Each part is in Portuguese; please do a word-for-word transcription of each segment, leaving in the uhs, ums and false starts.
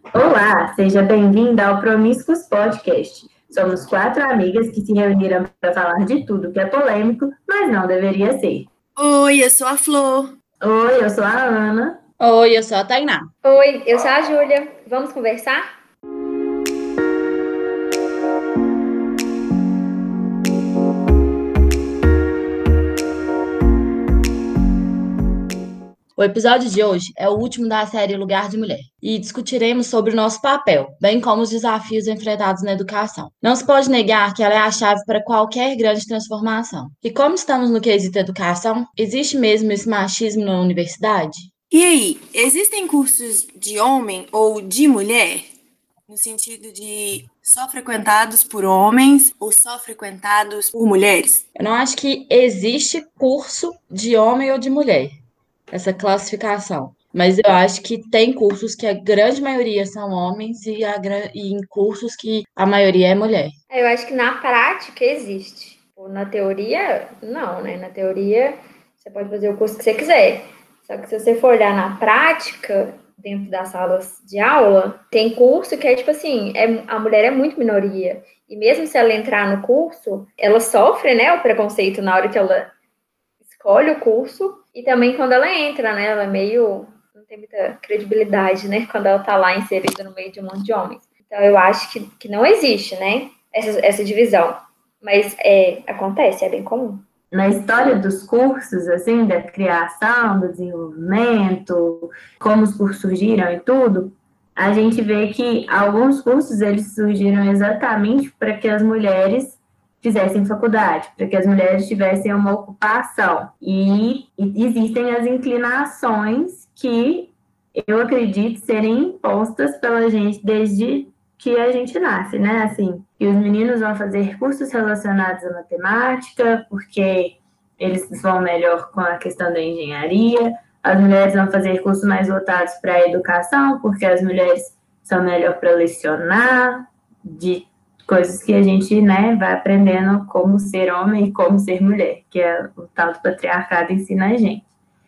Olá, seja bem-vinda ao Promíscuos Podcast. Somos quatro amigas que se reuniram para falar de tudo que é polêmico, mas não deveria ser. Oi, eu sou a Flor. Oi, eu sou a Ana. Oi, eu sou a Tainá. Oi, eu sou a Júlia. Vamos conversar? O episódio de hoje é o último da série Lugar de Mulher e discutiremos sobre o nosso papel, bem como os desafios enfrentados na educação. Não se pode negar que ela é a chave para qualquer grande transformação. E como estamos no quesito educação, existe mesmo esse machismo na universidade? E aí, existem cursos de homem ou de mulher? No sentido de só frequentados por homens ou só frequentados por mulheres? Eu não acho que existe curso de homem ou de mulher, essa classificação. Mas eu acho que tem cursos que a grande maioria são homens e, a, gra- e em cursos que a maioria é mulher. Eu acho que na prática existe. Na teoria, não, né? Na teoria, você pode fazer o curso que você quiser. Só que se você for olhar na prática, dentro das salas de aula, tem curso que é tipo assim, é, a mulher é muito minoria. E mesmo se ela entrar no curso, ela sofre, né, o preconceito na hora que ela escolhe o curso e também quando ela entra, né? Ela é meio... não tem muita credibilidade, né? Quando ela tá lá inserida no meio de um monte de homens. Então, eu acho que, que não existe, né? Essa, essa divisão. Mas é, acontece, é bem comum. Na história dos cursos, assim, da criação, do desenvolvimento, como os cursos surgiram e tudo, a gente vê que alguns cursos eles surgiram exatamente para que as mulheres fizessem faculdade, para que as mulheres tivessem uma ocupação. E, e existem as inclinações que eu acredito serem impostas pela gente desde que a gente nasce, né? Assim, e os meninos vão fazer cursos relacionados à matemática, porque eles vão melhor com a questão da engenharia. As mulheres vão fazer cursos mais voltados para a educação, porque as mulheres são melhor para lecionar, de coisas que a gente, né, vai aprendendo como ser homem e como ser mulher, que é o tal do patriarcado ensina a gente.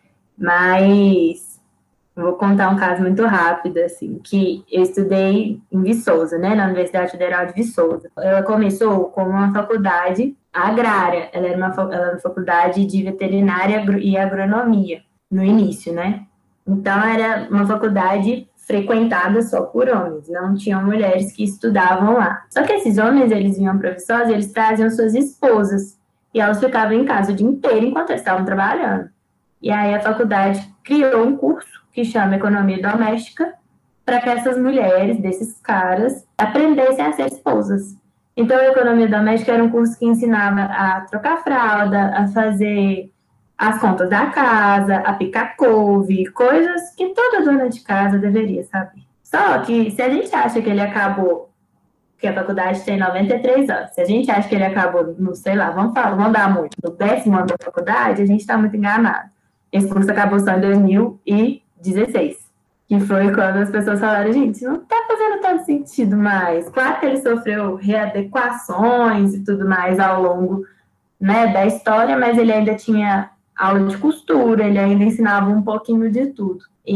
Mas vou contar um caso muito rápido, assim, que eu estudei em Viçosa, né, na Universidade Federal de Viçosa. Ela começou como uma faculdade agrária, ela era uma, ela era uma faculdade de veterinária e agronomia, no início, né? Então, era uma faculdade frequentada só por homens, não tinham mulheres que estudavam lá. Só que esses homens, eles vinham para Viçosa e eles traziam suas esposas, e elas ficavam em casa o dia inteiro enquanto eles estavam trabalhando. E aí a faculdade criou um curso que chama Economia Doméstica, para que essas mulheres, desses caras, aprendessem a ser esposas. Então, a Economia Doméstica era um curso que ensinava a trocar fralda, a fazer as contas da casa, a picar couve, coisas que toda dona de casa deveria saber. Só que, se a gente acha que ele acabou, que a faculdade tem noventa e três anos, se a gente acha que ele acabou, não sei lá, vamos, falar, vamos dar muito, no décimo ano da faculdade, a gente está muito enganado. Esse curso acabou só em dois mil e dezesseis, que foi quando as pessoas falaram, gente, não tá fazendo tanto sentido mais. Claro que ele sofreu readequações e tudo mais ao longo, né, da história, mas ele ainda tinha aula de costura, ele ainda ensinava um pouquinho de tudo.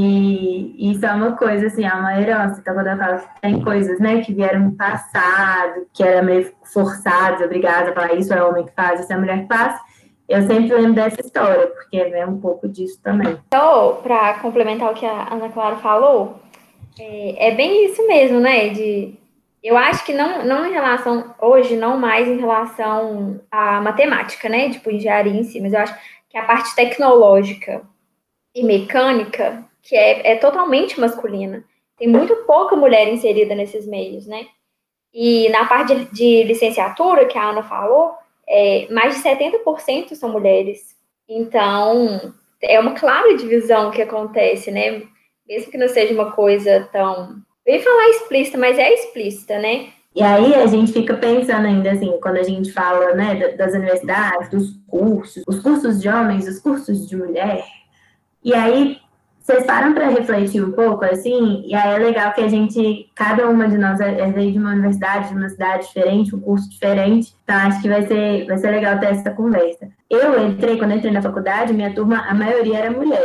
E isso é uma coisa, assim, é uma herança. Então, quando eu falo que tem coisas, né, que vieram no passado, que era meio forçados, obrigados a falar isso é homem que faz, isso é mulher que faz, eu sempre lembro dessa história, porque é um pouco disso também. Então, para complementar o que a Ana Clara falou, é, é bem isso mesmo, né? De, eu acho que não, não em relação, hoje, não mais em relação à matemática, né? Tipo, engenharia em si, mas eu acho que a parte tecnológica e mecânica, que é, é totalmente masculina. Tem muito pouca mulher inserida nesses meios, né? E na parte de, de licenciatura, que a Ana falou, é, mais de setenta por cento são mulheres. Então, é uma clara divisão que acontece, né? Mesmo que não seja uma coisa tão... Eu ia falar explícita, mas é explícita, né? E aí a gente fica pensando ainda, assim, quando a gente fala, né, das universidades, dos cursos, os cursos de homens, os cursos de mulher. E aí, vocês param para refletir um pouco, assim, e aí é legal que a gente, cada uma de nós é veio de uma universidade, de uma cidade diferente, um curso diferente, então acho que vai ser, vai ser legal ter essa conversa. Eu entrei, quando eu entrei na faculdade, minha turma, a maioria era mulher,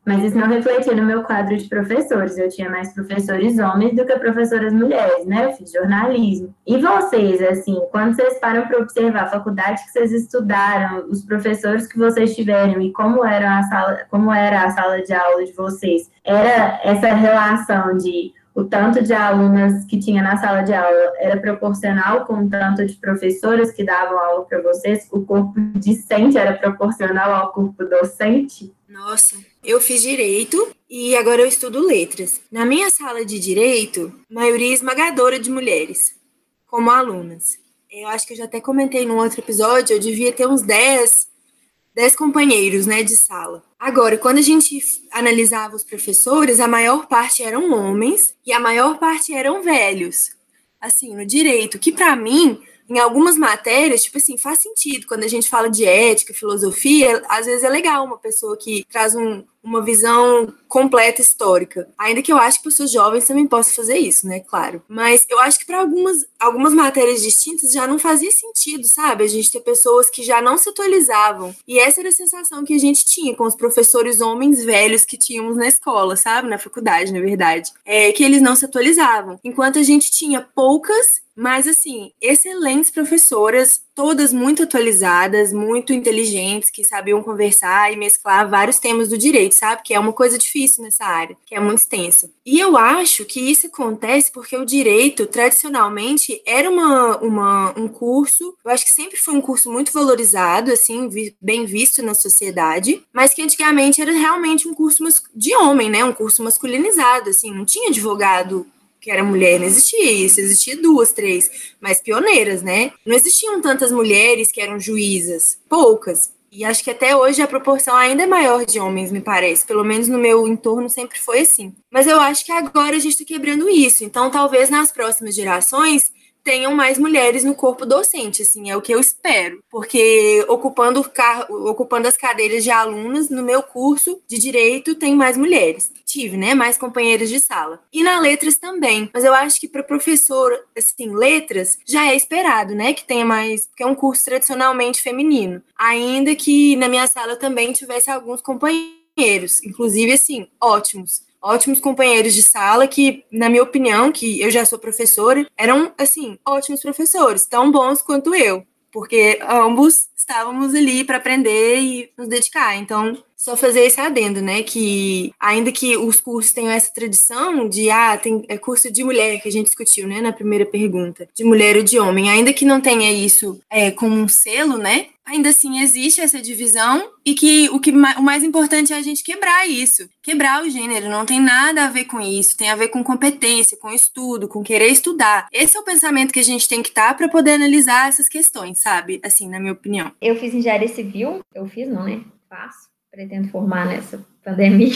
Mas isso não refletia no meu quadro de professores. Eu tinha mais professores homens do que professoras mulheres, né? Eu fiz jornalismo. E vocês, assim, quando vocês param para observar a faculdade que vocês estudaram, os professores que vocês tiveram e como era a sala, como era a sala de aula de vocês, era essa relação de o tanto de alunas que tinha na sala de aula era proporcional com o tanto de professoras que davam aula para vocês? O corpo discente era proporcional ao corpo docente? Nossa, eu fiz direito e agora eu estudo letras. Na minha sala de direito, maioria esmagadora de mulheres, como alunas. Eu acho que eu já até comentei num outro episódio, eu devia ter uns dez, dez companheiros, né, de sala. Agora, quando a gente analisava os professores, a maior parte eram homens e a maior parte eram velhos. Assim, no direito, que para mim, em algumas matérias, tipo assim, faz sentido. Quando a gente fala de ética, filosofia, às vezes é legal uma pessoa que traz um, uma visão completa histórica. Ainda que eu acho que pessoas jovens também possam fazer isso, né? Claro. Mas eu acho que para algumas, algumas matérias distintas já não fazia sentido, sabe? A gente ter pessoas que já não se atualizavam. E essa era a sensação que a gente tinha com os professores homens velhos que tínhamos na escola, sabe? Na faculdade, na verdade. É que eles não se atualizavam. Enquanto a gente tinha poucas, mas, assim, excelentes professoras, todas muito atualizadas, muito inteligentes, que sabiam conversar e mesclar vários temas do direito, sabe? Que é uma coisa difícil nessa área, que é muito extensa. E eu acho que isso acontece porque o direito, tradicionalmente, era uma, uma, um curso, eu acho que sempre foi um curso muito valorizado, assim, bem visto na sociedade, mas que antigamente era realmente um curso de homem, né? Um curso masculinizado, assim, não tinha advogado que era mulher, não existia isso, existia duas, três, mas pioneiras, né? Não existiam tantas mulheres que eram juízas, poucas. E acho que até hoje a proporção ainda é maior de homens, me parece. Pelo menos no meu entorno sempre foi assim. Mas eu acho que agora a gente está quebrando isso. Então, talvez nas próximas gerações tenham mais mulheres no corpo docente, assim, é o que eu espero. Porque ocupando, car- ocupando as cadeiras de alunas, no meu curso de Direito tem mais mulheres. Tive, né, mais companheiros de sala. E na Letras também. Mas eu acho que para professor, assim, Letras, já é esperado, né, que tenha mais... Porque é um curso tradicionalmente feminino. Ainda que na minha sala também tivesse alguns companheiros. Inclusive, assim, ótimos. Ótimos companheiros de sala que, na minha opinião, que eu já sou professora, eram, assim, ótimos professores, tão bons quanto eu, porque ambos estávamos ali para aprender e nos dedicar. Então, só fazer esse adendo, né, que ainda que os cursos tenham essa tradição de, ah, tem é curso de mulher, que a gente discutiu, né, na primeira pergunta, de mulher ou de homem, ainda que não tenha isso é, como um selo, né, ainda assim existe essa divisão e que o, que o mais importante é a gente quebrar isso, quebrar o gênero, não tem nada a ver com isso, tem a ver com competência, com estudo, com querer estudar. Esse é o pensamento que a gente tem que estar para poder analisar essas questões, sabe, assim, na minha opinião. Eu fiz engenharia civil, eu fiz, não, né, faço. Pretendo formar nessa pandemia,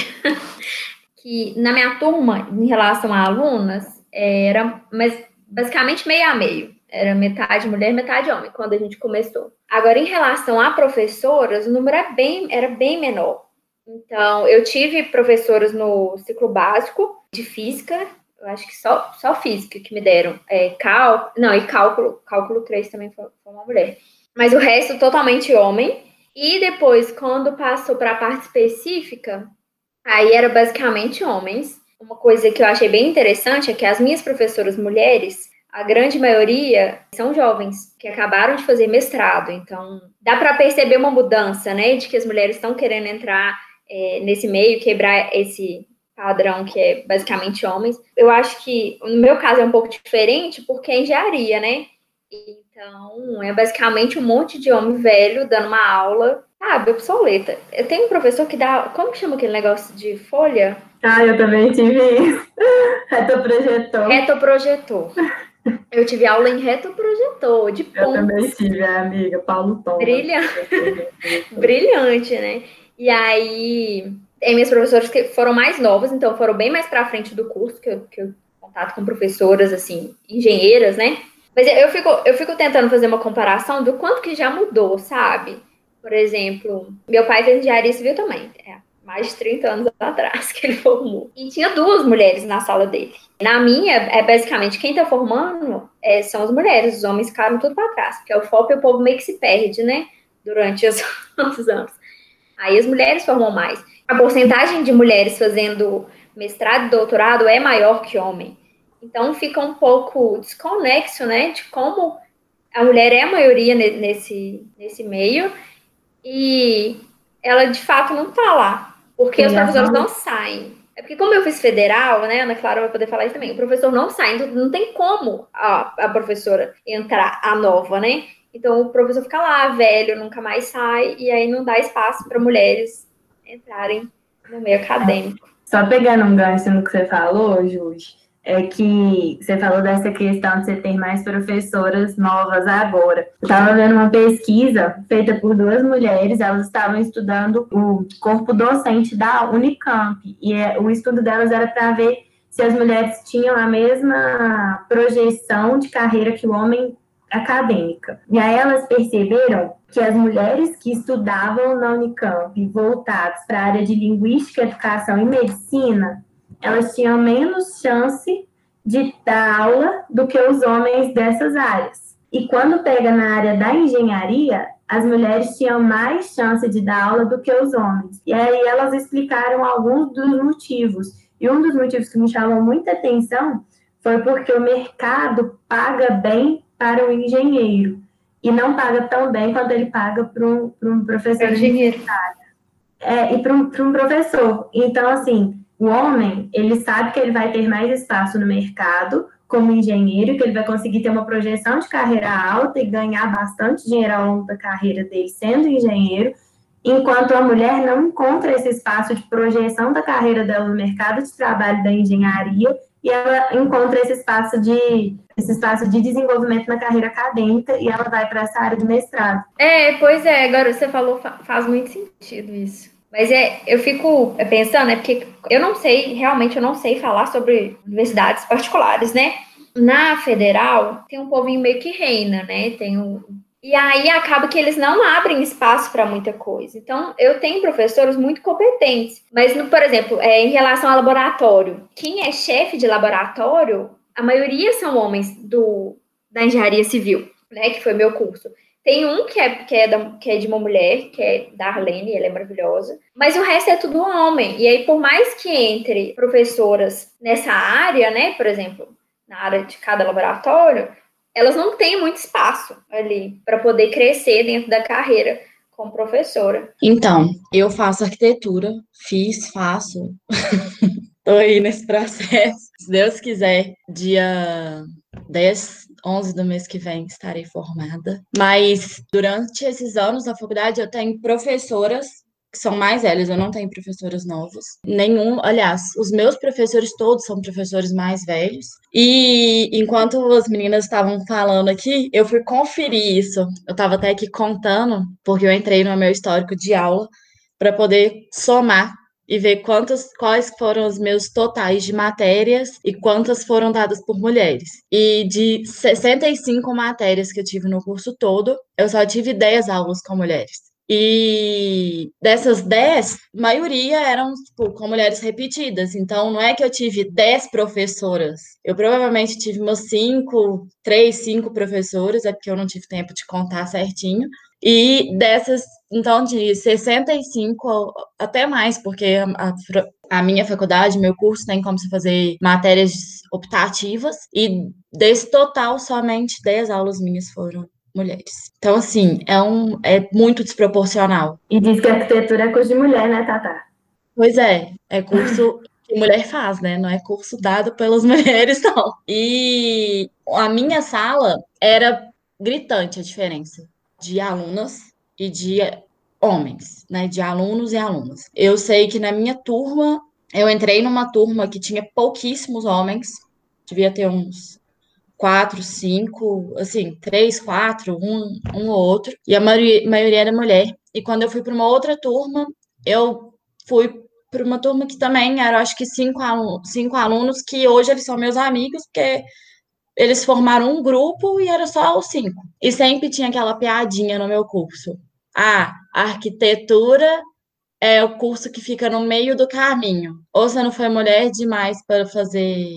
que na minha turma, em relação a alunas, era mas basicamente meio a meio. Era metade mulher, metade homem, quando a gente começou. Agora, em relação a professoras, o número é bem, era bem menor. Então, eu tive professoras no ciclo básico de física, eu acho que só, só física que me deram. É, cálculo, não, e cálculo, cálculo três também foi, foi uma mulher. Mas o resto totalmente homem. E depois, quando passou para a parte específica, aí era basicamente homens. Uma coisa que eu achei bem interessante é que as minhas professoras mulheres, a grande maioria são jovens, que acabaram de fazer mestrado. Então, dá para perceber uma mudança, né? De que as mulheres estão querendo entrar é, nesse meio, quebrar esse padrão que é basicamente homens. Eu acho que, no meu caso, é um pouco diferente, porque é engenharia, né? Então, é basicamente um monte de homem velho dando uma aula, sabe, obsoleta. Eu tenho um professor que dá, como que chama aquele negócio de folha? Ah, eu também tive isso. Retoprojetor. Retoprojetor. Eu tive aula em retoprojetor, de pontos. Eu também tive, a amiga, Paulo Tom. Brilhante. Brilhante, né? E aí, tem minhas professoras que foram mais novas, então foram bem mais pra frente do curso, que eu, que eu contato com professoras, assim, engenheiras, né? Mas eu fico, eu fico tentando fazer uma comparação do quanto que já mudou, sabe? Por exemplo, meu pai fez engenharia civil também. É, mais de trinta anos atrás que ele formou. E tinha duas mulheres na sala dele. Na minha, é basicamente, quem tá formando é, são as mulheres. Os homens ficaram tudo para trás. Porque é o foco e o povo meio que se perde, né? Durante os, os anos. Aí as mulheres formam mais. a porcentagem de mulheres fazendo mestrado e doutorado é maior que homem. Então fica um pouco desconexo, né, de como a mulher é a maioria nesse, nesse meio e ela de fato não está lá, porque os professores não saem. É porque como eu fiz federal, né, Ana Clara vai poder falar isso também, o professor não sai, então não tem como a, a professora entrar, a nova, né? Então o professor fica lá, velho, nunca mais sai, e aí não dá espaço para mulheres entrarem no meio acadêmico. Só pegando um gancho no que você falou, Júlia, é que você falou dessa questão de você ter mais professoras novas agora. Eu estava vendo uma pesquisa feita por duas mulheres, elas estavam estudando o corpo docente da Unicamp, e é, o estudo delas era para ver se as mulheres tinham a mesma projeção de carreira que o homem acadêmica. E aí elas perceberam que as mulheres que estudavam na Unicamp, voltadas para a área de linguística, educação e medicina, elas tinham menos chance de dar aula do que os homens dessas áreas. E quando pega na área da engenharia, as mulheres tinham mais chance de dar aula do que os homens. E aí elas explicaram alguns dos motivos. E um dos motivos que me chamou muita atenção foi porque o mercado paga bem para o engenheiro e não paga tão bem quanto ele paga para um, para um professor universitário. É, e para um, para um professor. Então, assim, o homem, ele sabe que ele vai ter mais espaço no mercado como engenheiro, que ele vai conseguir ter uma projeção de carreira alta e ganhar bastante dinheiro ao longo da carreira dele sendo engenheiro, enquanto a mulher não encontra esse espaço de projeção da carreira dela no mercado de trabalho da engenharia e ela encontra esse espaço de esse espaço de desenvolvimento na carreira acadêmica e ela vai para essa área do mestrado. É, pois é, agora você falou, faz muito sentido isso. Mas é, eu fico pensando, é porque eu não sei, realmente eu não sei falar sobre universidades particulares, né? Na federal, tem um povinho meio que reina, né? Tem um... E aí acaba que eles não abrem espaço para muita coisa. Então, eu tenho professores muito competentes, mas, no, por exemplo, é, em relação ao laboratório, quem é chefe de laboratório, a maioria são homens do, da engenharia civil, né? Que foi meu curso. Tem um que é, que, é da, que é de uma mulher, que é da Arlene, ela é maravilhosa, mas o resto é tudo homem. E aí, por mais que entre professoras nessa área, né, por exemplo, na área de cada laboratório, elas não têm muito espaço ali para poder crescer dentro da carreira como professora. Então, eu faço arquitetura, fiz, faço, tô aí nesse processo. Se Deus quiser, dia dez, onze do mês que vem estarei formada. Mas durante esses anos da faculdade eu tenho professoras que são mais velhas, eu não tenho professoras novas. Nenhum, aliás, os meus professores todos são professores mais velhos. E enquanto as meninas estavam falando aqui, eu fui conferir isso. Eu estava até aqui contando, porque eu entrei no meu histórico de aula para poder somar e ver quantos, quais foram os meus totais de matérias e quantas foram dadas por mulheres. E de sessenta e cinco matérias que eu tive no curso todo, eu só tive dez aulas com mulheres. E dessas dez, maioria eram tipo, com mulheres repetidas. Então, não é que eu tive dez professoras. Eu provavelmente tive umas cinco, três, cinco professoras, é porque eu não tive tempo de contar certinho. E dessas, então, de sessenta e cinco até mais, porque a, a minha faculdade, meu curso, tem como se fazer matérias optativas. E desse total, somente dez aulas minhas foram mulheres. Então, assim, é, um, é muito desproporcional. E diz que a arquitetura é curso de mulher, né, Tata? Pois é, é curso que mulher faz, né? Não é curso dado pelas mulheres, não. E a minha sala era gritante a diferença de alunas e de homens, né? De alunos e alunas. Eu sei que na minha turma, eu entrei numa turma que tinha pouquíssimos homens, devia ter uns quatro, cinco, assim, três, quatro, um, um ou outro, e a maioria, maioria era mulher. E quando eu fui para uma outra turma, eu fui para uma turma que também era, acho que cinco, alunos, cinco alunos, que hoje eles são meus amigos, porque eles formaram um grupo e era só os cinco. E sempre tinha aquela piadinha no meu curso. Ah, arquitetura é o curso que fica no meio do caminho. Ou você não foi mulher demais para fazer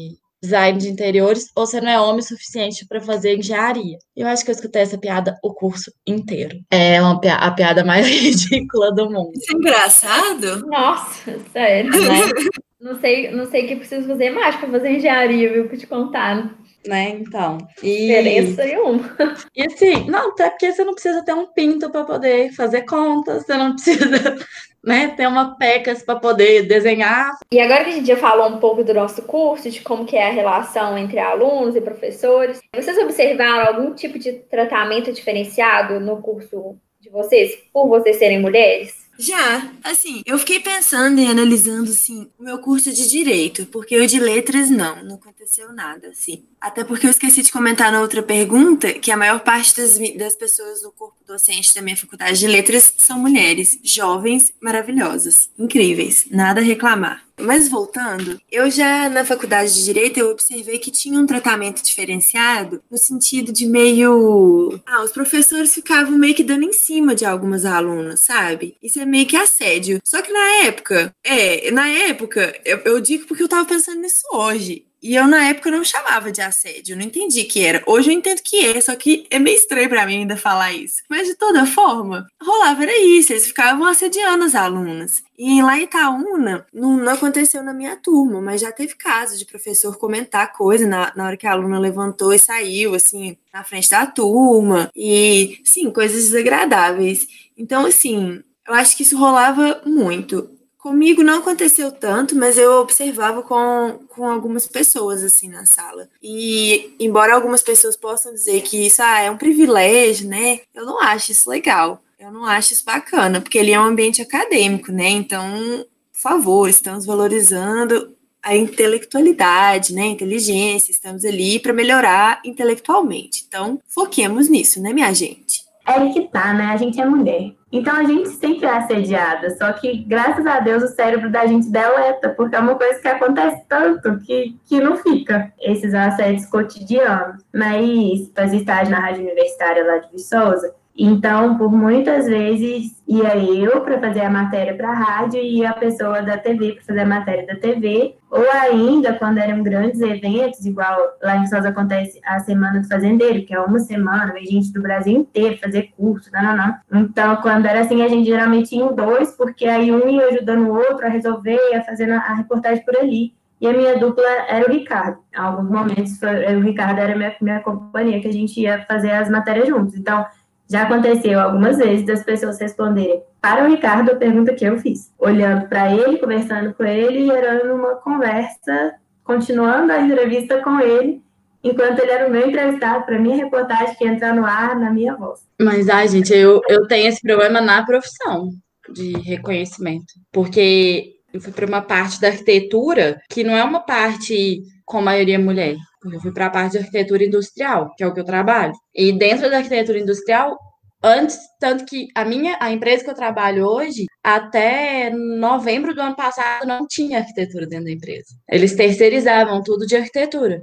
design de interiores ou você não é homem o suficiente para fazer engenharia. Eu acho que eu escutei essa piada o curso inteiro. É uma pi- a piada mais ridícula do mundo, Isso é engraçado? Nossa, sério. né? Não sei, não sei o que preciso fazer mais para fazer engenharia, viu? Pra te contar. Né? Então. Diferença E, nenhuma. e assim, não, até porque você não precisa ter um pinto para poder fazer contas, você não precisa, né, ter uma pecas para poder desenhar. E agora que a gente já falou um pouco do nosso curso, de como que é a relação entre alunos e professores, vocês observaram algum tipo de tratamento diferenciado no curso de vocês, por vocês serem mulheres? Já, assim, eu fiquei pensando e analisando, assim, o meu curso de Direito, porque o de Letras não, não aconteceu nada, assim. Até porque eu esqueci de comentar na outra pergunta que a maior parte das, mi- das pessoas no corpo docente da minha faculdade de Letras são mulheres, jovens, maravilhosas, incríveis, nada a reclamar. Mas voltando, eu já na faculdade de Direito eu observei que tinha um tratamento diferenciado no sentido de meio... Ah, os professores ficavam meio que dando em cima de algumas alunas, sabe? Isso é meio que assédio. Só que na época, é, na época, eu, eu digo porque eu tava pensando nisso hoje. E eu, na época, não chamava de assédio, eu não entendi que era. Hoje eu entendo que é, só que é meio estranho pra mim ainda falar isso. Mas, de toda forma, rolava era isso, eles ficavam assediando as alunas. E lá em Itaúna, não, não aconteceu na minha turma, mas já teve caso de professor comentar coisa na, na hora que a aluna levantou e saiu, assim, na frente da turma. E, sim, coisas desagradáveis. Então, assim, eu acho que isso rolava muito. Comigo não aconteceu tanto, mas eu observava com, com algumas pessoas, assim, na sala. E, embora algumas pessoas possam dizer que isso ah, é um privilégio, né? Eu não acho isso legal. Eu não acho isso bacana, porque ele é um ambiente acadêmico, né? Então, por favor, estamos valorizando a intelectualidade, né? A inteligência, estamos ali para melhorar intelectualmente. Então, foquemos nisso, né, minha gente? É aí que tá, né? A gente é mulher. Então a gente sempre é assediada, só que graças a Deus o cérebro da gente deleta, porque é uma coisa que acontece tanto que, que não fica esses assédios cotidianos. Mas fazia estágio na rádio universitária lá de Viçosa, então por muitas vezes ia eu para fazer a matéria para a rádio e ia a pessoa da T V para fazer a matéria da T V, ou ainda quando eram grandes eventos, igual lá em Viçosa acontece a Semana do Fazendeiro, que é uma semana, vem gente do Brasil inteiro fazer curso, não, não, não. Então, quando era assim, a gente geralmente ia em dois, porque aí um ia ajudando o outro a resolver, ia fazendo a reportagem por ali. E a minha dupla era o Ricardo. Em alguns momentos, foi, o Ricardo era minha, minha companhia, que a gente ia fazer as matérias juntos. Então, já aconteceu algumas vezes das pessoas responderem para o Ricardo a pergunta que eu fiz, olhando para ele, conversando com ele, gerando uma conversa, continuando a entrevista com ele, enquanto ele era o meu entrevistado para minha reportagem que ia entrar no ar na minha voz. Mas, ai, gente, eu, eu tenho esse problema na profissão de reconhecimento, porque eu fui para uma parte da arquitetura que não é uma parte com maioria mulher. Eu fui para a parte de arquitetura industrial, que é o que eu trabalho. E dentro da arquitetura industrial, antes, tanto que a minha, a empresa que eu trabalho hoje, até novembro do ano passado, não tinha arquitetura dentro da empresa. Eles terceirizavam tudo de arquitetura.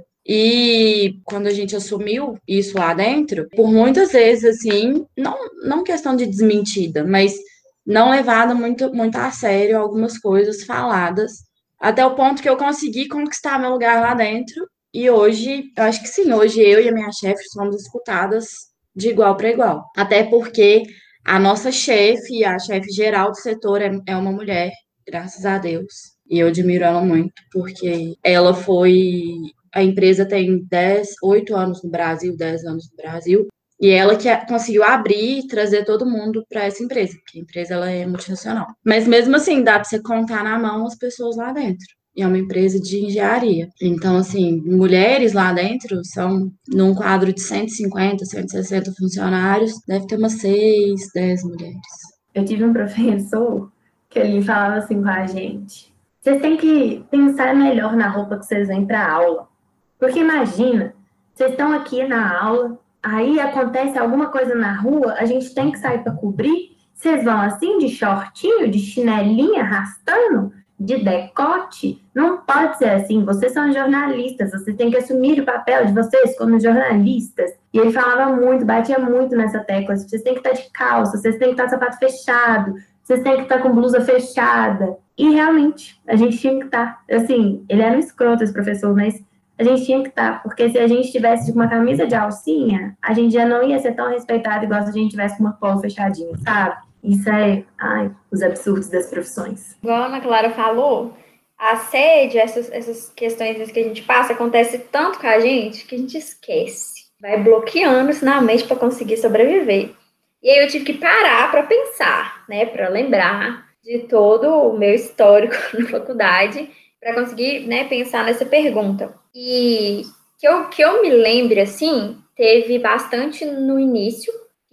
E quando a gente assumiu isso lá dentro, por muitas vezes, assim, não, não questão de desmentida, mas não levado muito, muito a sério algumas coisas faladas, até o ponto que eu consegui conquistar meu lugar lá dentro. E hoje, eu acho que sim, hoje eu e a minha chefe somos escutadas de igual para igual. Até porque a nossa chefe, a chefe geral do setor, é, é uma mulher, graças a Deus. E eu admiro ela muito, porque ela foi. A empresa tem dez, oito anos no Brasil, dez anos no Brasil. E ela que conseguiu abrir e trazer todo mundo para essa empresa, porque a empresa ela é multinacional. Mas mesmo assim, dá para você contar na mão as pessoas lá dentro. E é uma empresa de engenharia. Então, assim, mulheres lá dentro são, num quadro de cento e cinquenta, cento e sessenta funcionários, deve ter umas seis, dez mulheres. Eu tive um professor que ele falava assim com a gente: vocês têm que pensar melhor na roupa que vocês vêm para aula. Porque imagina, vocês estão aqui na aula, aí acontece alguma coisa na rua, a gente tem que sair para cobrir, vocês vão assim, de shortinho, de chinelinha, arrastando, de decote? Não pode ser assim, vocês são jornalistas, vocês têm que assumir o papel de vocês como jornalistas. E ele falava muito, batia muito nessa tecla: vocês têm que estar de calça, vocês têm que estar de sapato fechado, vocês têm que estar com blusa fechada. E realmente, a gente tinha que estar, assim, ele era um escroto esse professor, mas a gente tinha que estar, porque se a gente tivesse uma camisa de alcinha, a gente já não ia ser tão respeitado igual se a gente tivesse com uma polo fechadinha, sabe? Isso é, ai, os absurdos das profissões. Igual a Ana Clara falou, assédio, essas, essas questões que a gente passa, acontece tanto com a gente que a gente esquece. Vai bloqueando isso na mente para conseguir sobreviver. E aí eu tive que parar para pensar, né, para lembrar de todo o meu histórico na faculdade, para conseguir, né, pensar nessa pergunta. E que eu, que eu me lembre, assim, teve bastante no início,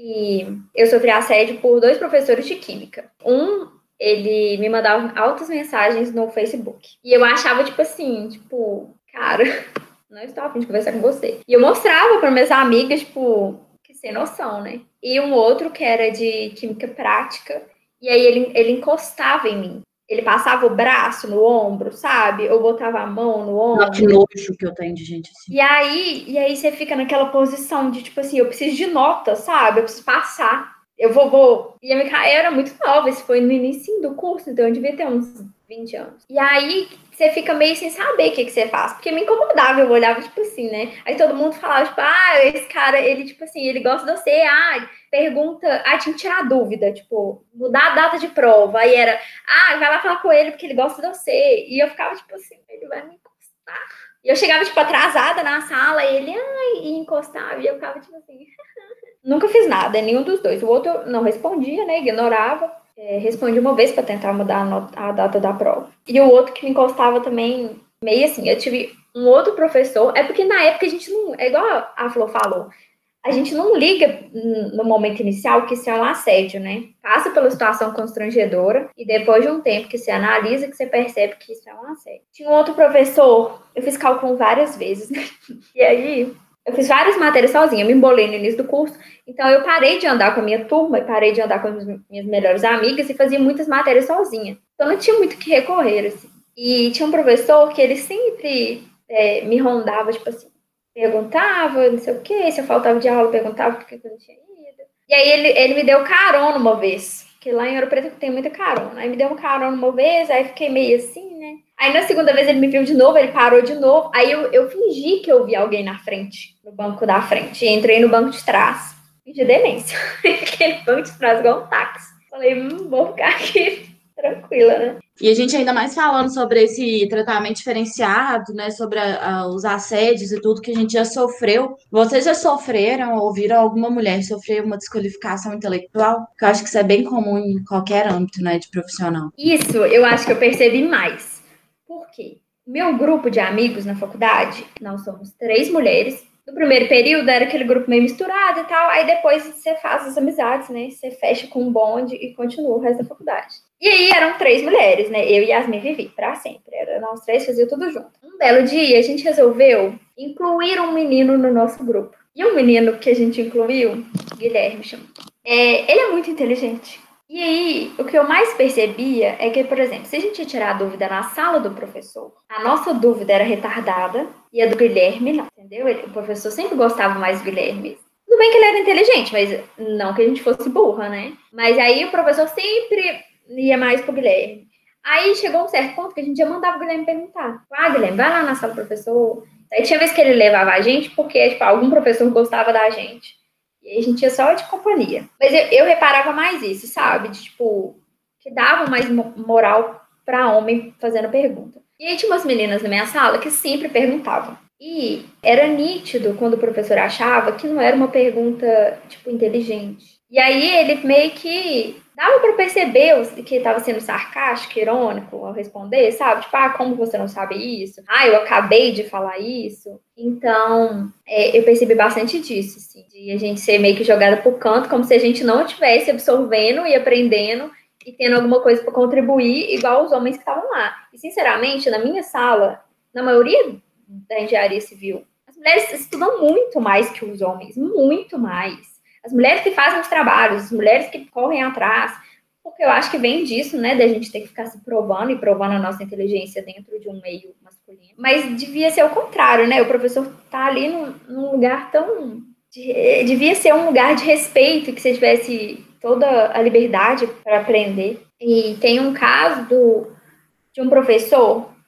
e eu sofri assédio por dois professores de química. Um, ele me mandava altas mensagens no Facebook. E eu achava, tipo assim, tipo, cara, não estou a fim de conversar com você. E eu mostrava para minhas amigas, tipo, que sem noção, né? E um outro que era de química prática, e aí ele, ele encostava em mim. Ele passava o braço no ombro, sabe? Ou botava a mão no ombro. Não, que nojo que eu tenho de gente assim. E aí, e aí você fica naquela posição de, tipo assim, eu preciso de nota, sabe? Eu preciso passar. Eu vou, vou... E a minha eu era muito nova, isso foi no início do curso, então eu devia ter uns vinte anos. E aí, você fica meio sem saber o que, que você faz, porque me incomodava, eu olhava, tipo assim, né? Aí todo mundo falava, tipo, ah, esse cara, ele, tipo assim, ele gosta de você, ah, pergunta, ah, tinha que tirar dúvida, tipo, mudar a data de prova. Aí era, ah, vai lá falar com ele porque ele gosta de você. E eu ficava, tipo assim, ele vai me encostar. E eu chegava, tipo, atrasada na sala, e ele, ai, e encostava, e eu ficava, tipo assim... Nunca fiz nada, nenhum dos dois. O outro não respondia, né? Ignorava. É, respondi uma vez para tentar mudar a, nota, a data da prova. E o outro que me encostava também, meio assim. Eu tive um outro professor. É porque na época a gente não. É igual a Flor falou. A gente não liga no momento inicial que isso é um assédio, né? Passa pela situação constrangedora e depois de um tempo que você analisa, que você percebe que isso é um assédio. Tinha um outro professor, eu fiz cálculo várias vezes, né? E aí... Eu fiz várias matérias sozinha, me embolei no início do curso, então eu parei de andar com a minha turma, e parei de andar com as minhas melhores amigas e fazia muitas matérias sozinha. Então não tinha muito o que recorrer, assim. E tinha um professor que ele sempre é, me rondava, tipo assim, perguntava, não sei o quê, se eu faltava de aula, perguntava por que eu não tinha ido. E aí ele, ele me deu carona uma vez, que lá em Ouro Preto tem muita carona. Aí me deu um carona uma vez, aí fiquei meio assim, né? Aí na segunda vez ele me viu de novo, ele parou de novo. Aí eu, eu fingi que eu vi alguém na frente, no banco da frente. E entrei no banco de trás. Fingi demência. Aquele banco de trás igual um táxi. Falei, hum, vou ficar aqui tranquila, né? E a gente ainda mais falando sobre esse tratamento diferenciado, né? Sobre a, a, os assédios e tudo que a gente já sofreu. Vocês já sofreram ou viram alguma mulher sofrer uma desqualificação intelectual? Que eu acho que isso é bem comum em qualquer âmbito, né? De profissional. Isso, eu acho que eu percebi mais. Por quê? Meu grupo de amigos na faculdade, nós somos três mulheres. No primeiro período era aquele grupo meio misturado e tal, aí depois você faz as amizades, né? Você fecha com um bonde e continua o resto da faculdade. E aí eram três mulheres, né? Eu e Yasmin Vivi, pra sempre. Era nós três, fazia tudo junto. Um belo dia, a gente resolveu incluir um menino no nosso grupo. E o menino que a gente incluiu, Guilherme chama, é, ele é muito inteligente. E aí, o que eu mais percebia é que, por exemplo, se a gente ia tirar a dúvida na sala do professor, a nossa dúvida era retardada e a do Guilherme não, entendeu? Ele, o professor sempre gostava mais do Guilherme. Tudo bem que ele era inteligente, mas não que a gente fosse burra, né? Mas aí o professor sempre ia mais pro Guilherme. Aí chegou um certo ponto que a gente já mandava o Guilherme perguntar. Ah, Guilherme, vai lá na sala do professor. Aí tinha vez que ele levava a gente porque, tipo, algum professor gostava da gente. E aí a gente ia só de companhia. Mas eu, eu reparava mais isso, sabe? De, tipo, que dava mais moral pra homem fazendo pergunta. E aí tinha umas meninas na minha sala que sempre perguntavam. E era nítido quando o professor achava que não era uma pergunta, tipo, inteligente. E aí ele meio que dava pra perceber que estava sendo sarcástico, irônico ao responder, sabe? Tipo, ah, como você não sabe isso? Ah, eu acabei de falar isso. Então, é, eu percebi bastante disso, assim, de a gente ser meio que jogada pro canto, como se a gente não estivesse absorvendo e aprendendo e tendo alguma coisa para contribuir, igual os homens que estavam lá. E, sinceramente, na minha sala, na maioria da engenharia civil, as mulheres estudam muito mais que os homens, muito mais. As mulheres que fazem os trabalhos, as mulheres que correm atrás, porque eu acho que vem disso, né, da gente ter que ficar se provando e provando a nossa inteligência dentro de um meio masculino. Mas devia ser o contrário, né, o professor tá ali num, num lugar tão... De, devia ser um lugar de respeito, que você tivesse toda a liberdade para aprender. E tem um caso do, de um professor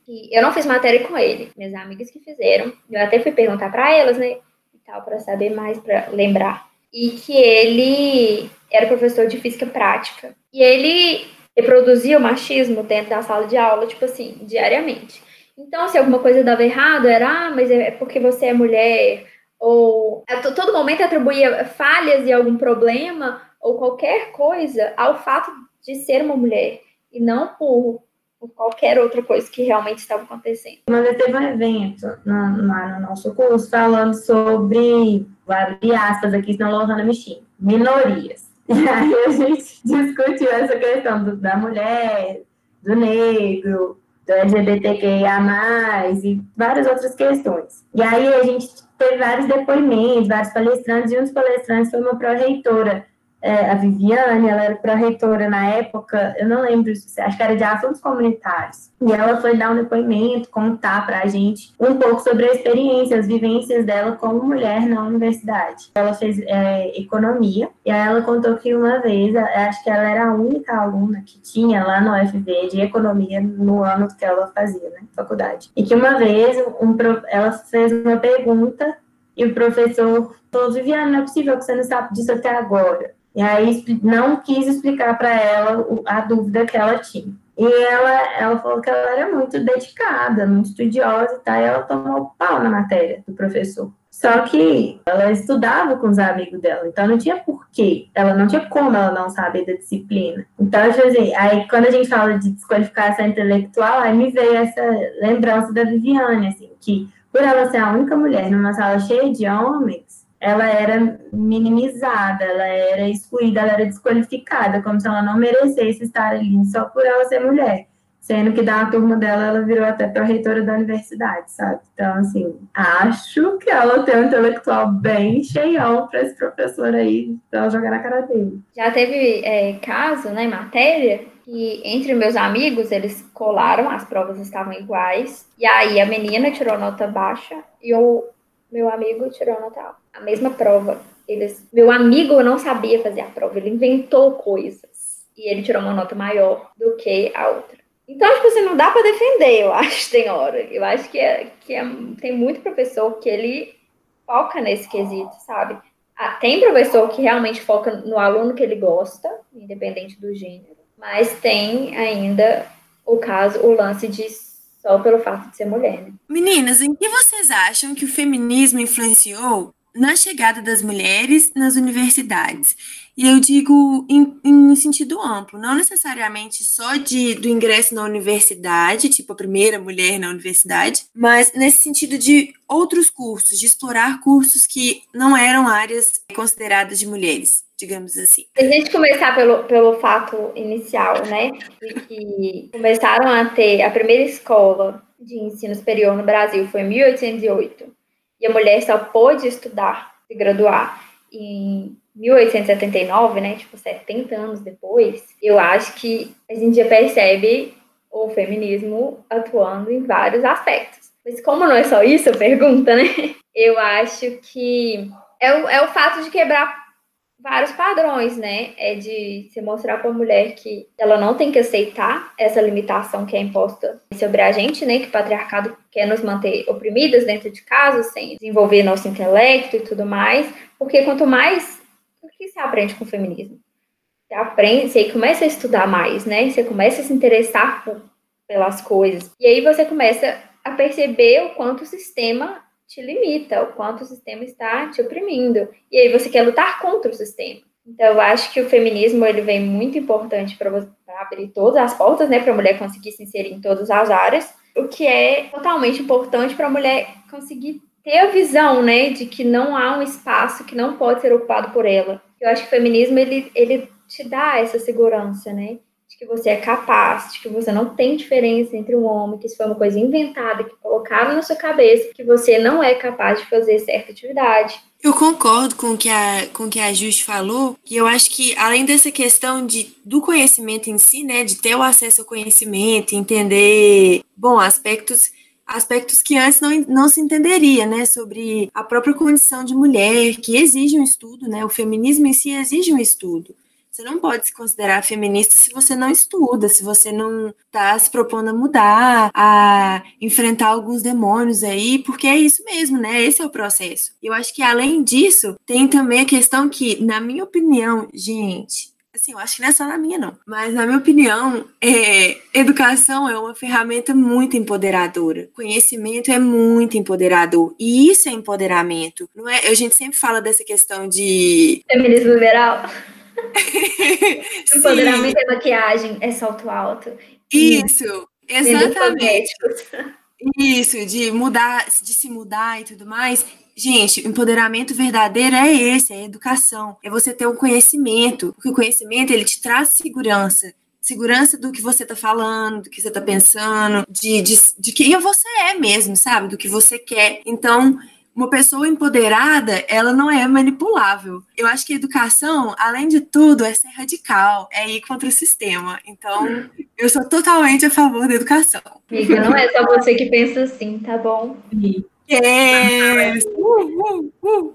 E eu não fiz matéria com ele, minhas amigas que fizeram. Eu até fui perguntar para elas, né, e tal, para saber mais, para lembrar. E que ele era professor de física prática. E ele reproduzia o machismo dentro da sala de aula, tipo assim, diariamente. Então, se alguma coisa dava errado, era, ah, mas é porque você é mulher, ou a todo momento atribuía falhas e algum problema, ou qualquer coisa, ao fato de ser uma mulher, e não por, por qualquer outra coisa que realmente estava acontecendo. Uma vez teve um evento lá no, no nosso curso falando sobre, abre aspas aqui, senão Lohana me xinga, minorias. E aí a gente discutiu essa questão do, da mulher, do negro, do L G B T Q I A mais, e várias outras questões. E aí a gente teve vários depoimentos, vários palestrantes, e um dos palestrantes foi uma pró-reitora, é, a Viviane, ela era pró-reitora na época, eu não lembro, acho que era de assuntos comunitários. E ela foi dar um depoimento, contar pra gente um pouco sobre a experiência, as vivências dela como mulher na universidade. Ela fez é, economia, e aí ela contou que uma vez, acho que ela era a única aluna que tinha lá no U F V de economia no ano que ela fazia, né, faculdade. E que uma vez um, ela fez uma pergunta e o professor falou, Viviane, não é possível que você não sabe disso até agora. E aí não quis explicar para ela a dúvida que ela tinha. E ela, ela falou que ela era muito dedicada, muito estudiosa e tal, e ela tomou pau na matéria do professor. Só que ela estudava com os amigos dela, então não tinha porquê, ela não tinha como ela não saber da disciplina. Então, assim, aí quando a gente fala de desqualificação intelectual, aí me veio essa lembrança da Viviane, assim, que por ela ser a única mulher numa sala cheia de homens, ela era minimizada, ela era excluída, ela era desqualificada, como se ela não merecesse estar ali só por ela ser mulher. Sendo que da turma dela, ela virou até pró-reitora da universidade, sabe? Então, assim, acho que ela tem um intelectual bem cheião para esse professor aí, pra ela jogar na cara dele. Já teve é, caso, né, matéria, que entre meus amigos, eles colaram, as provas estavam iguais, e aí a menina tirou nota baixa e o meu amigo tirou nota alta. A mesma prova. Eles, meu amigo não sabia fazer a prova, ele inventou coisas. E ele tirou uma nota maior do que a outra. Então, tipo assim, não dá para defender, eu acho, tem hora. Eu acho que, é, que é, tem muito professor que ele foca nesse quesito, sabe? Ah, tem professor que realmente foca no aluno que ele gosta, independente do gênero. Mas tem ainda o caso, o lance de só pelo fato de ser mulher, né? Meninas, em que vocês acham que o feminismo influenciou na chegada das mulheres nas universidades? E eu digo em, em um sentido amplo, não necessariamente só de, do ingresso na universidade, tipo a primeira mulher na universidade, mas nesse sentido de outros cursos, de explorar cursos que não eram áreas consideradas de mulheres, digamos assim. Se a gente começar pelo, pelo fato inicial, né, de que começaram a ter a primeira escola de ensino superior no Brasil foi em mil oitocentos e oito, e a mulher só pôde estudar, se graduar em mil oitocentos e setenta e nove, né, tipo setenta anos depois, eu acho que a gente já percebe o feminismo atuando em vários aspectos. Mas como não é só isso a pergunta, né, eu acho que é o, é o fato de quebrar vários padrões, né? É de se mostrar para a mulher que ela não tem que aceitar essa limitação que é imposta sobre a gente, né? Que o patriarcado quer nos manter oprimidas dentro de casa, sem desenvolver nosso intelecto e tudo mais. Porque quanto mais... O que você aprende com o feminismo? Você aprende, você começa a estudar mais, né? Você começa a se interessar por, pelas coisas. E aí você começa a perceber o quanto o sistema te limita, o quanto o sistema está te oprimindo. E aí você quer lutar contra o sistema. Então, eu acho que o feminismo ele vem muito importante para abrir todas as portas, né, para a mulher conseguir se inserir em todas as áreas, o que é totalmente importante para a mulher conseguir ter a visão, né, de que não há um espaço que não pode ser ocupado por ela. Eu acho que o feminismo ele, ele te dá essa segurança, né, de que você é capaz, de que você não tem diferença entre um homem, que isso foi uma coisa inventada, que colocaram na sua cabeça, que você não é capaz de fazer certa atividade. Eu concordo com o que a, com o que a Justi falou, e eu acho que, além dessa questão de, do conhecimento em si, né, de ter o acesso ao conhecimento, entender, bom, aspectos, aspectos que antes não, não se entenderia, né, sobre a própria condição de mulher, que exige um estudo, né, o feminismo em si exige um estudo. Você não pode se considerar feminista se você não estuda, se você não está se propondo a mudar, a enfrentar alguns demônios aí, porque é isso mesmo, né? Esse é o processo. Eu acho que, além disso, tem também a questão que, na minha opinião, gente, assim, eu acho que não é só na minha, não, mas na minha opinião, é, educação é uma ferramenta muito empoderadora. Conhecimento é muito empoderador. E isso é empoderamento. Não é? A gente sempre fala dessa questão de... Feminismo liberal. Empoderamento é maquiagem, é salto alto. Isso, exatamente. Cosméticos. Isso, de mudar, de se mudar e tudo mais. Gente, o empoderamento verdadeiro é esse, é a educação. É você ter um conhecimento. Porque o conhecimento, ele te traz segurança. Segurança do que você tá falando, do que você tá pensando, de, de, de quem você é mesmo, sabe? Do que você quer. Então, uma pessoa empoderada, ela não é manipulável. Eu acho que a educação, além de tudo, é ser radical, é ir contra o sistema. Então, eu sou totalmente a favor da educação. Amiga, não é só você que pensa assim, tá bom? Yes! Uh, uh, uh.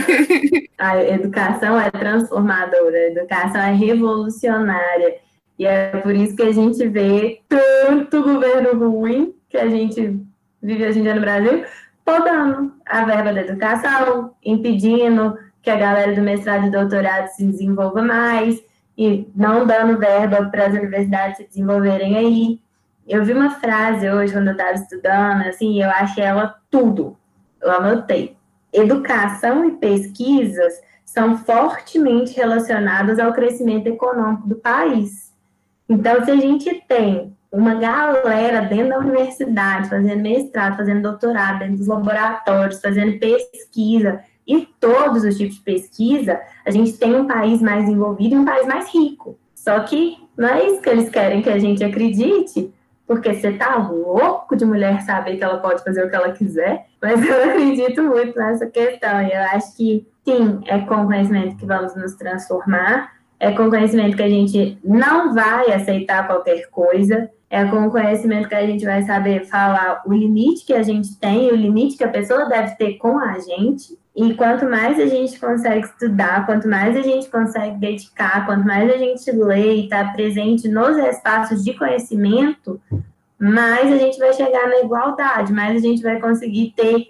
A educação é transformadora, a educação é revolucionária. E é por isso que a gente vê tanto governo ruim que a gente vive hoje em dia no Brasil, podando a verba da educação, impedindo que a galera do mestrado e doutorado se desenvolva mais e não dando verba para as universidades se desenvolverem aí. Eu vi uma frase hoje, quando eu estava estudando, assim, eu achei ela tudo. Eu anotei. Educação e pesquisas são fortemente relacionadas ao crescimento econômico do país. Então, se a gente tem uma galera dentro da universidade, fazendo mestrado, fazendo doutorado, dentro dos laboratórios, fazendo pesquisa, e todos os tipos de pesquisa, a gente tem um país mais envolvido e um país mais rico. Só que não é isso que eles querem que a gente acredite, porque você tá louco de mulher saber que ela pode fazer o que ela quiser, mas eu acredito muito nessa questão, e eu acho que, sim, é com o conhecimento que vamos nos transformar, é com o conhecimento que a gente não vai aceitar qualquer coisa, é com o conhecimento que a gente vai saber falar o limite que a gente tem, o limite que a pessoa deve ter com a gente. E quanto mais a gente consegue estudar, quanto mais a gente consegue dedicar, quanto mais a gente lê e está presente nos espaços de conhecimento, mais a gente vai chegar na igualdade, mais a gente vai conseguir ter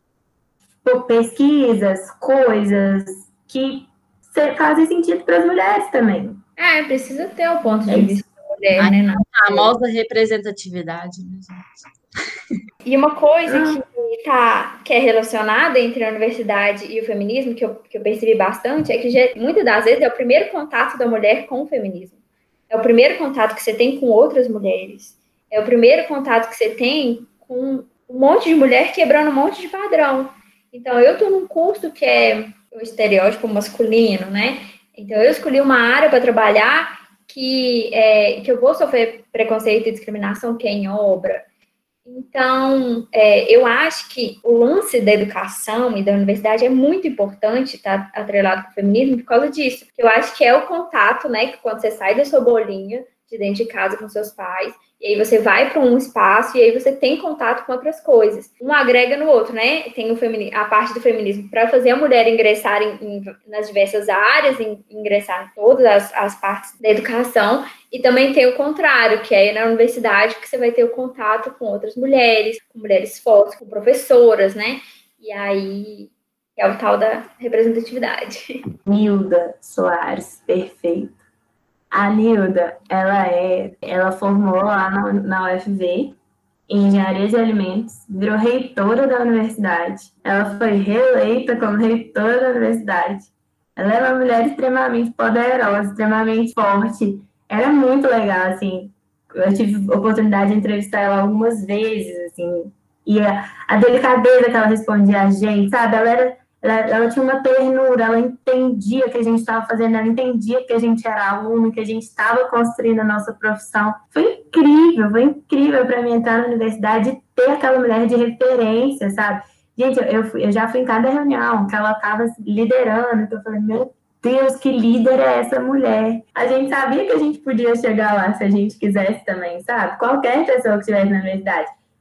pesquisas, coisas que fazem sentido para as mulheres também. É, precisa ter o ponto de é vista da mulher, né? A famosa representatividade, né, gente? E uma coisa ah. que, tá, que é relacionada entre a universidade e o feminismo, que eu, que eu percebi bastante, é que já, muitas das vezes é o primeiro contato da mulher com o feminismo. É o primeiro contato que você tem com outras mulheres. É o primeiro contato que você tem com um monte de mulher quebrando um monte de padrão. Então, eu estou num curso que é o estereótipo masculino, né? Então, eu escolhi uma área para trabalhar que, é, que eu vou sofrer preconceito e discriminação, que é em obra. Então, é, eu acho que o lance da educação e da universidade é muito importante estar tá, atrelado com o feminismo por causa disso. Eu acho que é o contato, né? Que quando você sai da sua bolinha de dentro de casa com seus pais, e aí você vai para um espaço e aí você tem contato com outras coisas. Um agrega no outro, né? Tem o feminismo, a parte do feminismo para fazer a mulher ingressar em, em, nas diversas áreas, em, ingressar em todas as, as partes da educação. E também tem o contrário, que é na universidade que você vai ter o contato com outras mulheres, com mulheres fortes, com professoras, né? E aí é o tal da representatividade. Nilda Soares, perfeito. A Nilda, ela, é, ela formou lá na, na U F V, em Engenharia de Alimentos, virou reitora da universidade. Ela foi reeleita como reitora da universidade. Ela é uma mulher extremamente poderosa, extremamente forte. Era muito legal, assim. Eu tive a oportunidade de entrevistar ela algumas vezes, assim. E a, a delicadeza que ela respondia a gente, sabe? Ela era... Ela, ela tinha uma ternura, ela entendia o que a gente estava fazendo, ela entendia que a gente era aluno, que a gente estava construindo a nossa profissão. Foi incrível, foi incrível para mim entrar na universidade e ter aquela mulher de referência, sabe? Gente, eu, eu, eu já fui em cada reunião que ela estava liderando, que eu falei, meu Deus, que líder é essa mulher? A gente sabia que a gente podia chegar lá se a gente quisesse também, sabe? Qualquer pessoa que estivesse na universidade.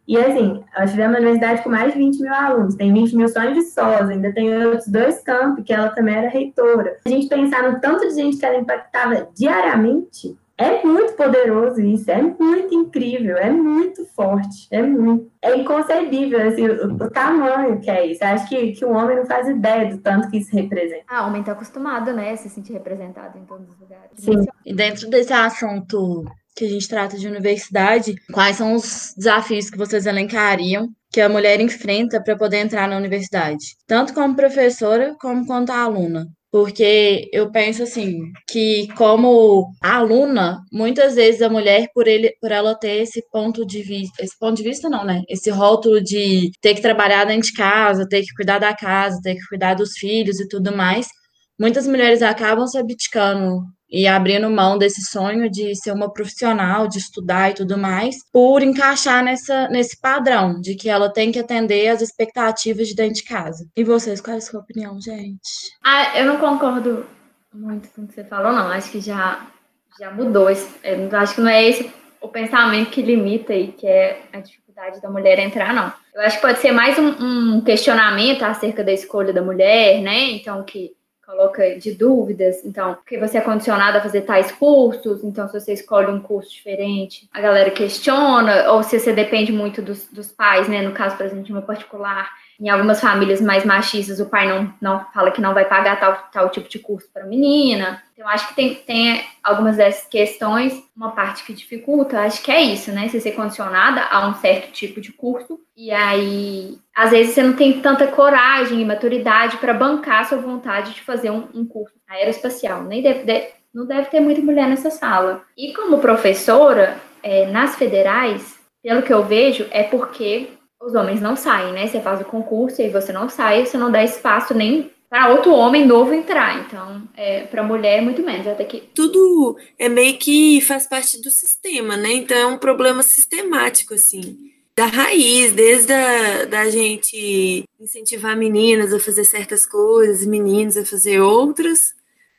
E assim, nós tivemos uma universidade com mais de vinte mil alunos, tem vinte mil só em Viçosa, ainda tem outros dois campos, que ela também era reitora. A gente pensar no tanto de gente que ela impactava diariamente, é muito poderoso isso, é muito incrível, é muito forte, é muito, é inconcebível assim, o, o tamanho que é isso. Eu acho que, que o homem não faz ideia do tanto que isso representa. Ah, o homem está acostumado, né, a se sentir representado em todos os lugares. Sim. E dentro desse assunto que a gente trata de universidade, quais são os desafios que vocês elencariam que a mulher enfrenta para poder entrar na universidade, tanto como professora como quanto aluna? Porque eu penso assim, que como aluna, muitas vezes a mulher, por ele, por ela ter esse ponto de vista, esse ponto de vista não, né? Esse rótulo de ter que trabalhar dentro de casa, ter que cuidar da casa, ter que cuidar dos filhos e tudo mais, muitas mulheres acabam se abdicando e abrindo mão desse sonho de ser uma profissional, de estudar e tudo mais, por encaixar nessa, nesse padrão de que ela tem que atender às expectativas de dentro de casa. E vocês, qual é a sua opinião, gente? Ah, eu não concordo muito com o que você falou, não. Acho que já, já mudou. Eu acho que não é esse o pensamento que limita e que é a dificuldade da mulher entrar, não. Eu acho que pode ser mais um, um questionamento acerca da escolha da mulher, né? Então, que coloca de dúvidas, então, porque você é condicionado a fazer tais cursos, então se você escolhe um curso diferente, a galera questiona, ou se você depende muito dos, dos pais, né, no caso, por exemplo, de uma particular, em algumas famílias mais machistas, o pai não, não fala que não vai pagar tal, tal tipo de curso para a menina. Então, acho que tem, tem algumas dessas questões, uma parte que dificulta, acho que é isso, né? Você ser condicionada a um certo tipo de curso, e aí, às vezes, você não tem tanta coragem e maturidade para bancar a sua vontade de fazer um, um curso aeroespacial. Nem deve, deve, não deve ter muita mulher nessa sala. E como professora, é, nas federais, pelo que eu vejo, é porque os homens não saem, né? Você faz o concurso e você não sai, você não dá espaço nem para outro homem novo entrar. Então, é, para mulher, muito menos. Até que tudo é meio que faz parte do sistema, né? Então, é um problema sistemático, assim, da raiz, desde a da gente incentivar meninas a fazer certas coisas, meninos a fazer outras,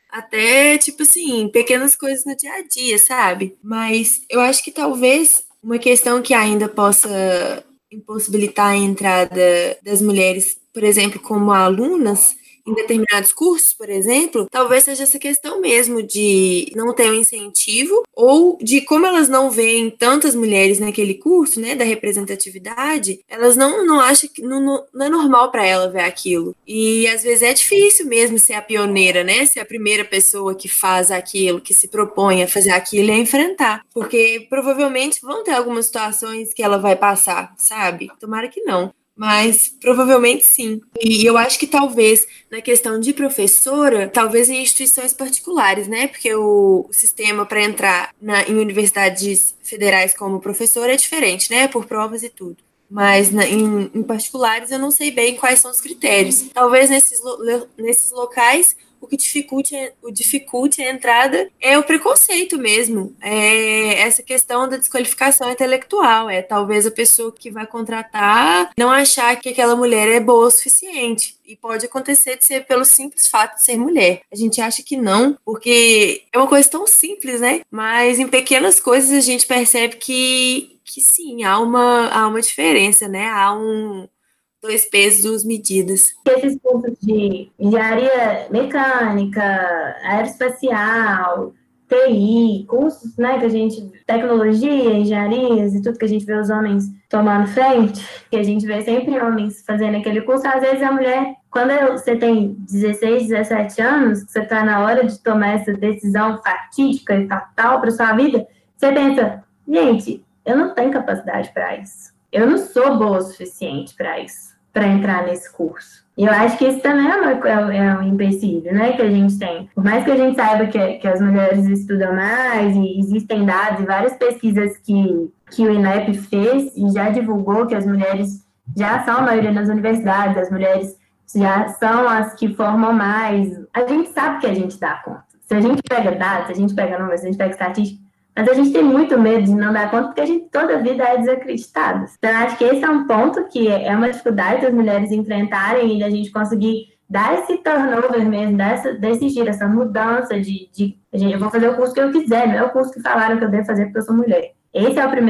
até, tipo assim, pequenas coisas no dia a dia, sabe? Mas eu acho que talvez uma questão que ainda possa impossibilitar a entrada das mulheres, por exemplo, como alunas, em determinados cursos, por exemplo, talvez seja essa questão mesmo de não ter um incentivo ou de como elas não veem tantas mulheres naquele curso, né, da representatividade, elas não, não acham que não, não é normal para ela ver aquilo. E às vezes é difícil mesmo ser a pioneira, né, ser a primeira pessoa que faz aquilo, que se propõe a fazer aquilo e a enfrentar. Porque provavelmente vão ter algumas situações que ela vai passar, sabe? Tomara que não. Mas provavelmente sim. E eu acho que talvez na questão de professora, talvez em instituições particulares, né? Porque o, o sistema para entrar na, em universidades federais como professora é diferente, né? Por provas e tudo. Mas na, em, em particulares eu não sei bem quais são os critérios. Talvez nesses, nesses locais o que dificulte, o dificulte a entrada é o preconceito mesmo, é essa questão da desqualificação intelectual, é talvez a pessoa que vai contratar não achar que aquela mulher é boa o suficiente, e pode acontecer de ser pelo simples fato de ser mulher. A gente acha que não, porque é uma coisa tão simples, né? Mas em pequenas coisas a gente percebe que, que sim, há uma, há uma diferença, né? Há um dois pesos, duas medidas. Esses cursos de engenharia mecânica, aeroespacial, T I, cursos, né, que a gente, tecnologia, engenharias e tudo que a gente vê os homens tomando frente, que a gente vê sempre homens fazendo aquele curso, às vezes a mulher, quando você tem dezesseis, dezessete anos, que você está na hora de tomar essa decisão fatídica e fatal para sua vida, você pensa, gente, eu não tenho capacidade para isso. Eu não sou boa o suficiente para isso, para entrar nesse curso. E eu acho que isso também é, uma, é um empecilho, né, que a gente tem. Por mais que a gente saiba que, que as mulheres estudam mais, e existem dados e várias pesquisas que, que o INEP fez e já divulgou que as mulheres já são a maioria nas universidades, as mulheres já são as que formam mais. A gente sabe que a gente dá conta. Se a gente pega dados, se a gente pega números, se a gente pega estatística, mas a gente tem muito medo de não dar conta, porque a gente toda a vida é desacreditada. Então, eu acho que esse é um ponto que é uma dificuldade das mulheres enfrentarem e a gente conseguir dar esse turnover mesmo, dar essa, desse giro, essa mudança de, de... Eu vou fazer o curso que eu quiser, não é o curso que falaram que eu devo fazer porque eu sou mulher. Esse é o primeiro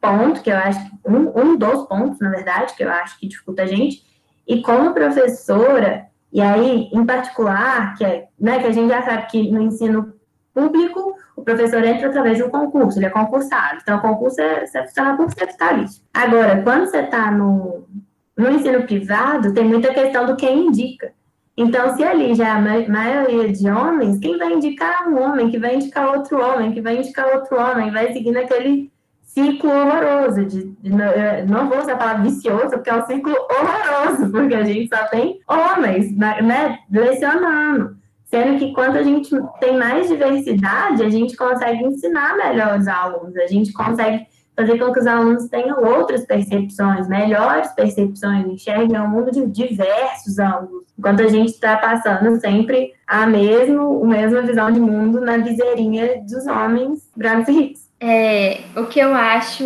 ponto, que eu acho, um, um dos pontos, na verdade, que eu acho que dificulta a gente, e como professora, e aí, em particular, que, é, né, que a gente já sabe que no ensino público, o professor entra através de um concurso, ele é concursado. Então, o concurso é, você funciona por ser vitalício. Agora, quando você está no, no ensino privado, tem muita questão do quem indica. Então, se ali já é a maioria de homens, quem vai indicar um homem, que vai indicar outro homem, que vai indicar outro homem, vai seguindo aquele ciclo horroroso. De, de, não vou usar a palavra vicioso, porque é um ciclo horroroso, porque a gente só tem homens, né, lecionando. Sendo que quando a gente tem mais diversidade, a gente consegue ensinar melhor os alunos, a gente consegue fazer com que os alunos tenham outras percepções, melhores percepções, enxerguem o mundo de diversos ângulos, enquanto a gente está passando sempre a, mesmo, a mesma visão de mundo na viseirinha dos homens brancos e ricos. É, o que eu acho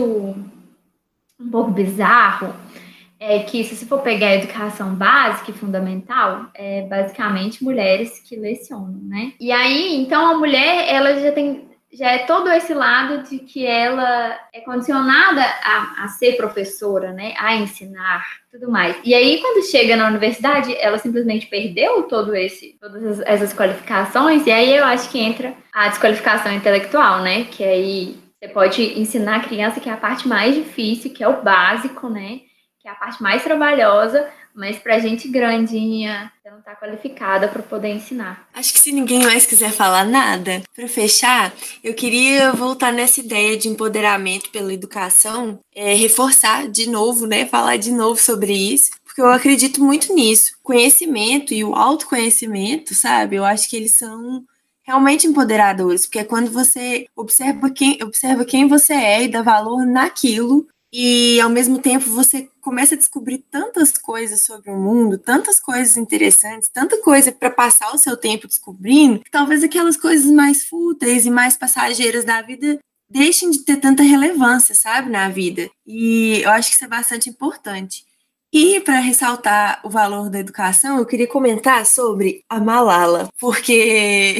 um pouco bizarro é que, se você for pegar a educação básica e fundamental, é basicamente mulheres que lecionam, né? E aí, então, a mulher, ela já tem... já é todo esse lado de que ela é condicionada a, a ser professora, né? A ensinar, tudo mais. E aí, quando chega na universidade, ela simplesmente perdeu todo esse, todas essas qualificações, e aí eu acho que entra a desqualificação intelectual, né? Que aí você pode ensinar a criança, que é a parte mais difícil, que é o básico, né? Que é a parte mais trabalhosa, mas pra gente grandinha, você não tá qualificada para poder ensinar. Acho que se ninguém mais quiser falar nada, para fechar, eu queria voltar nessa ideia de empoderamento pela educação, é, reforçar de novo, né, falar de novo sobre isso, porque eu acredito muito nisso. Conhecimento e o autoconhecimento, sabe, eu acho que eles são realmente empoderadores, porque é quando você observa quem, observa quem você é e dá valor naquilo. E, ao mesmo tempo, você começa a descobrir tantas coisas sobre o mundo, tantas coisas interessantes, tanta coisa para passar o seu tempo descobrindo, que talvez aquelas coisas mais fúteis e mais passageiras da vida deixem de ter tanta relevância, sabe, na vida. E eu acho que isso é bastante importante. E, para ressaltar o valor da educação, eu queria comentar sobre a Malala, porque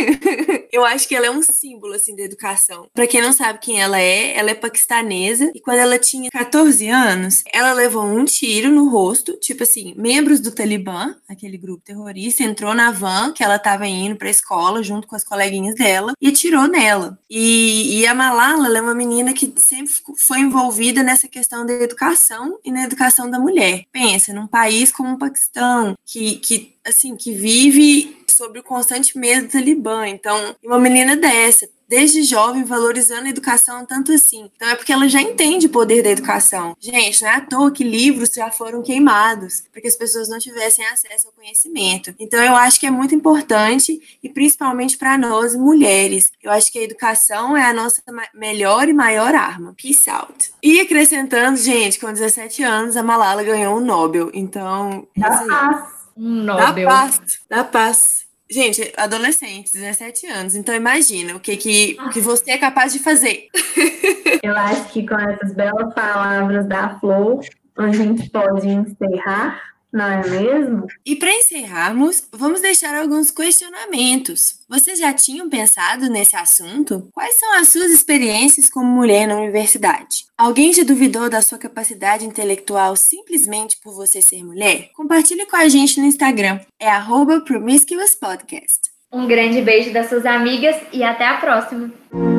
eu acho que ela é um símbolo, assim, da educação. Para quem não sabe quem ela é, ela é paquistanesa, e quando ela tinha catorze anos, ela levou um tiro no rosto, tipo assim, membros do Talibã, aquele grupo terrorista, entrou na van que ela estava indo para a escola, junto com as coleguinhas dela, e atirou nela. E, e a Malala, ela é uma menina que sempre foi envolvida nessa questão da educação e na educação da mulher. Pensa, num país como o Paquistão, que, que, assim, que vive sob o constante medo do Talibã. Então, uma menina dessa, desde jovem, valorizando a educação tanto assim. Então, é porque ela já entende o poder da educação. Gente, não é à toa que livros já foram queimados, para que as pessoas não tivessem acesso ao conhecimento. Então, eu acho que é muito importante, e principalmente para nós, mulheres. Eu acho que a educação é a nossa melhor e maior arma. Peace out. E acrescentando, gente, com dezessete anos, a Malala ganhou um Nobel. Então, da paz. Um Nobel. Da paz. Da paz. Gente, adolescente, dezessete anos. Então, imagina o que, que, que você é capaz de fazer. Eu acho que com essas belas palavras da Flor, a gente pode encerrar, não é mesmo? E para encerrarmos, vamos deixar alguns questionamentos. Vocês já tinham pensado nesse assunto? Quais são as suas experiências como mulher na universidade? Alguém já duvidou da sua capacidade intelectual simplesmente por você ser mulher? Compartilhe com a gente no Instagram. É arroba Promiscuous Podcast. Um grande beijo das suas amigas e até a próxima!